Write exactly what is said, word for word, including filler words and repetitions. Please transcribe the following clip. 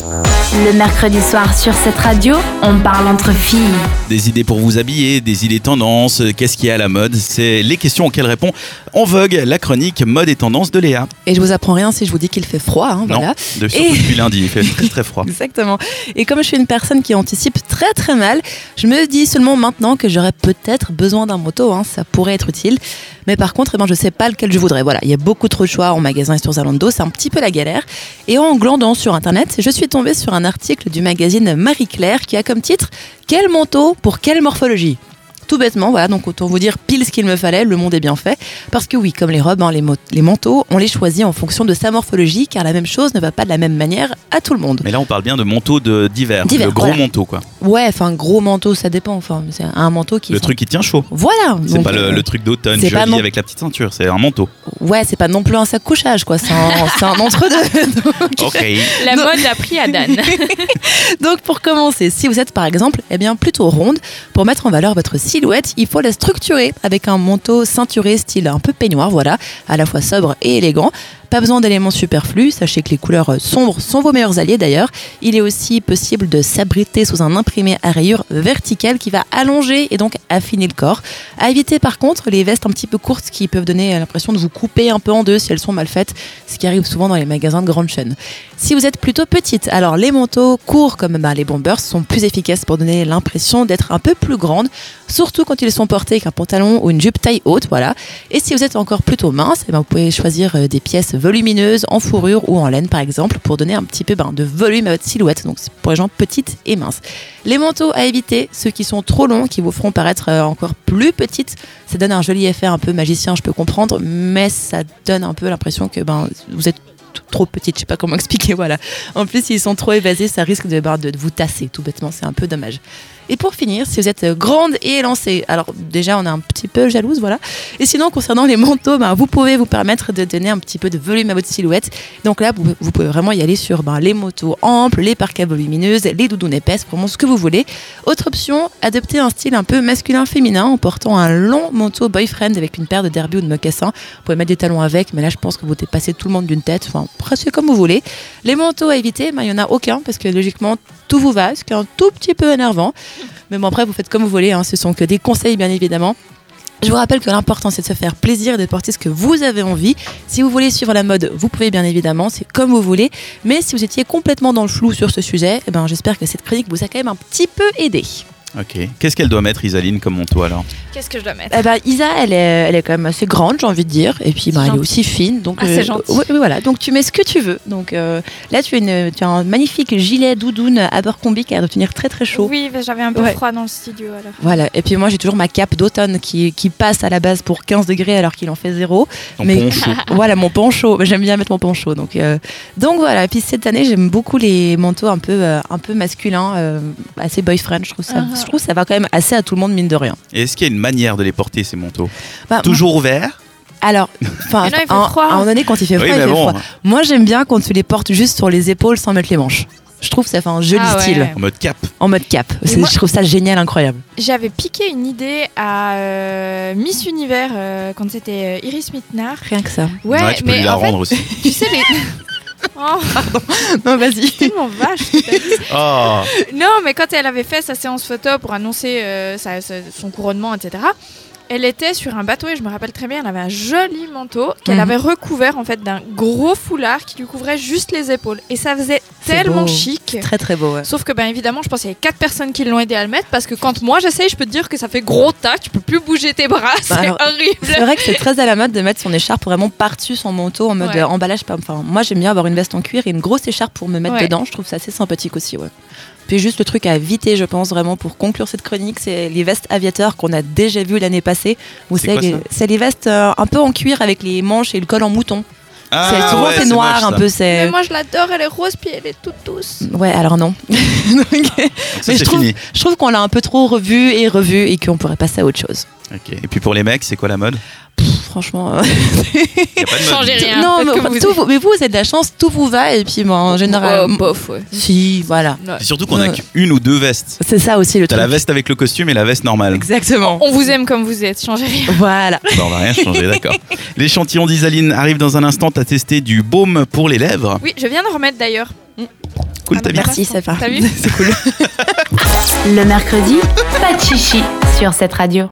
Le mercredi soir sur cette radio, on parle entre filles. Des idées pour vous habiller, des idées tendances, qu'est-ce qui est à la mode? C'est les questions auxquelles répond En Vogue, la chronique mode et tendance de Léa. Et je vous apprends rien si je vous dis qu'il fait froid. Hein, non, voilà. de, surtout et... depuis lundi, il fait très très froid. Exactement. Et comme je suis une personne qui anticipe très très mal, je me dis seulement maintenant que j'aurais peut-être besoin d'un manteau, hein, ça pourrait être utile. Mais par contre, eh ben, je ne sais pas lequel je voudrais. Voilà, il y a beaucoup trop de choix en magasin et sur Zalando, c'est un petit peu la galère. Et en glandant sur Internet, je suis tombée sur un article du magazine Marie Claire qui a comme titre « Quel manteau pour quelle morphologie ?» Tout bêtement, voilà, donc autant vous dire pile ce qu'il me fallait, le monde est bien fait. Parce que oui, comme les robes, hein, les, mo- les manteaux, on les choisit en fonction de sa morphologie, car la même chose ne va pas de la même manière à tout le monde. Mais là, on parle bien de manteaux de d'hiver, d'hiver, le gros voilà. manteau, quoi. Ouais, enfin, gros manteau, ça dépend. Enfin, c'est un manteau qui... Le sont... truc qui tient chaud. Voilà. C'est donc, pas le, euh, le truc d'automne joli non... avec la petite ceinture, c'est un manteau. Ouais, c'est pas non plus un sac couchage, quoi. C'est un, c'est un entre-deux. Donc... Ok. La donc... mode a pris à Dan. Donc, pour commencer, si vous êtes par exemple, eh bien, plutôt ronde, pour mettre en valeur votre silhouette, il faut la structurer avec un manteau ceinturé style un peu peignoir, voilà, à la fois sobre et élégant. Pas besoin d'éléments superflus, sachez que les couleurs sombres sont vos meilleurs alliés d'ailleurs. Il est aussi possible de s'abriter sous un imprimé à rayures verticales qui va allonger et donc affiner le corps. À éviter par contre les vestes un petit peu courtes qui peuvent donner l'impression de vous couper un peu en deux si elles sont mal faites, ce qui arrive souvent dans les magasins de grande chaîne. Si vous êtes plutôt petite, alors les manteaux courts comme bah, les bombers sont plus efficaces pour donner l'impression d'être un peu plus grande, surtout quand ils sont portés avec un pantalon ou une jupe taille haute, voilà. Et si vous êtes encore plutôt mince, eh ben, vous pouvez choisir des pièces volumineuses en fourrure ou en laine par exemple pour donner un petit peu ben, de volume à votre silhouette, donc c'est pour les gens petites et minces. Les manteaux à éviter, ceux qui sont trop longs, qui vous feront paraître encore plus petites, ça donne un joli effet un peu magicien, je peux comprendre, mais ça donne un peu l'impression que ben, vous êtes trop petite, je sais pas comment expliquer, voilà. En plus, s'ils sont trop évasés, ça risque de, de, de vous tasser, tout bêtement, c'est un peu dommage. Et pour finir, si vous êtes grande et élancée, alors déjà on est un petit peu jalouse, voilà. Et sinon, concernant les manteaux, ben, vous pouvez vous permettre de donner un petit peu de volume à votre silhouette. Donc là, vous, vous pouvez vraiment y aller sur ben, les manteaux amples, les parkas volumineuses, les doudounes épaisses, vraiment ce que vous voulez. Autre option, adopter un style un peu masculin-féminin en portant un long manteau boyfriend avec une paire de derby ou de mocassins. Vous pouvez mettre des talons avec, mais là je pense que vous dépassez tout le monde d'une tête, enfin presque comme vous voulez. Les manteaux à éviter, ben, il n'y en a aucun parce que logiquement tout vous va, ce qui est un tout petit peu énervant. Mais bon, après, vous faites comme vous voulez, hein. Ce sont que des conseils, bien évidemment. Je vous rappelle que l'important, c'est de se faire plaisir et de porter ce que vous avez envie. Si vous voulez suivre la mode, vous pouvez bien évidemment, c'est comme vous voulez. Mais si vous étiez complètement dans le flou sur ce sujet, eh ben, j'espère que cette chronique vous a quand même un petit peu aidé. Ok. Qu'est-ce qu'elle doit mettre, Isaline, comme manteau alors? Qu'est-ce que je dois mettre? Eh ben, Isa, elle est, elle est quand même assez grande, j'ai envie de dire. Et puis, ben, elle est aussi fine. Donc, ah, euh, c'est gentil. Oui, voilà. Donc, tu mets ce que tu veux. Donc, euh, là, tu as, une, tu as un magnifique gilet doudoune Abercrombie qui a l'air de tenir très, très chaud. Oui, j'avais un peu ouais. froid dans le studio alors. Voilà. Et puis, moi, j'ai toujours ma cape d'automne qui, qui passe à la base pour quinze degrés alors qu'il en fait zéro. Ton Mais poncho. Voilà, mon poncho. J'aime bien mettre mon poncho. Donc, euh, donc voilà. Et puis, cette année, j'aime beaucoup les manteaux un peu, euh, un peu masculins, euh, assez boyfriend. Je trouve ça, uh-huh. je trouve ça va quand même assez à tout le monde, mine de rien. Et est-ce qu'il y a une manière de les porter, ces manteaux? bah, Toujours ouverts? Alors, enfin, à, à un moment donné, quand il fait froid, oui, il fait bon. froid. Moi, j'aime bien quand tu les portes juste sur les épaules sans mettre les manches. Je trouve que ça fait un joli ah, style. Ouais. En mode cap. En mode cap. Moi, je trouve ça génial, incroyable. J'avais piqué une idée à euh, Miss Univers euh, quand c'était euh, Iris Mittenard. Rien que ça. Ouais, ouais tu peux mais lui la en rendre fait, aussi. Tu sais les. Oh. Pardon. Non, vas-y. C'est tellement vache. Oh. Non, mais quand elle avait fait sa séance photo pour annoncer euh, sa, sa, son couronnement, et cetera, elle était sur un bateau et je me rappelle très bien, elle avait un joli manteau qu'elle mmh. avait recouvert en fait d'un gros foulard qui lui couvrait juste les épaules. Et ça faisait c'est tellement beau. chic. Très très beau, ouais. Sauf que bien évidemment, je pense qu'il y a quatre personnes qui l'ont aidé à le mettre parce que quand moi j'essaye, je peux te dire que ça fait gros tas, tu peux plus bouger tes bras, bah c'est alors, horrible. C'est vrai que c'est très à la mode de mettre son écharpe vraiment par-dessus son manteau en mode ouais. euh, emballage. Enfin, moi j'aime bien avoir une veste en cuir et une grosse écharpe pour me mettre ouais. dedans. Je trouve ça assez sympathique aussi, ouais. Puis juste le truc à éviter, je pense vraiment pour conclure cette chronique, c'est les vestes aviateurs qu'on a déjà vues l'année passée. Vous c'est, savez, quoi, les, c'est les vestes euh, un peu en cuir avec les manches et le col en mouton. Ah, c'est souvent ouais, c'est c'est noir moche, un peu. C'est... Mais moi je l'adore, elle est rose puis elle est toute douce. Ouais, alors non. Donc, ça, mais c'est je trouve, fini. je trouve qu'on l'a un peu trop revu et revu et qu'on pourrait passer à autre chose. Ok. Et puis pour les mecs, c'est quoi la mode? Pff, franchement, euh... y a pas de changez rien. Non, mais, enfin, vous tout vous, mais vous, vous avez de la chance, tout vous va et puis bon, en général, oh, bof, ouais. Si, voilà. Ouais. C'est surtout qu'on a qu'une ou deux vestes. C'est ça aussi le T'as truc. la veste avec le costume et la veste normale. Exactement. On vous aime comme vous êtes, changez rien. Voilà. Bon, on va rien changer, d'accord. L'échantillon d'Isaline arrive dans un instant. T'as testé du baume pour les lèvres. Oui, je viens de remettre d'ailleurs. Cool. cool, t'as bien. Merci, ça va. T'as vu? C'est cool. Le mercredi, pas de chichi sur cette radio.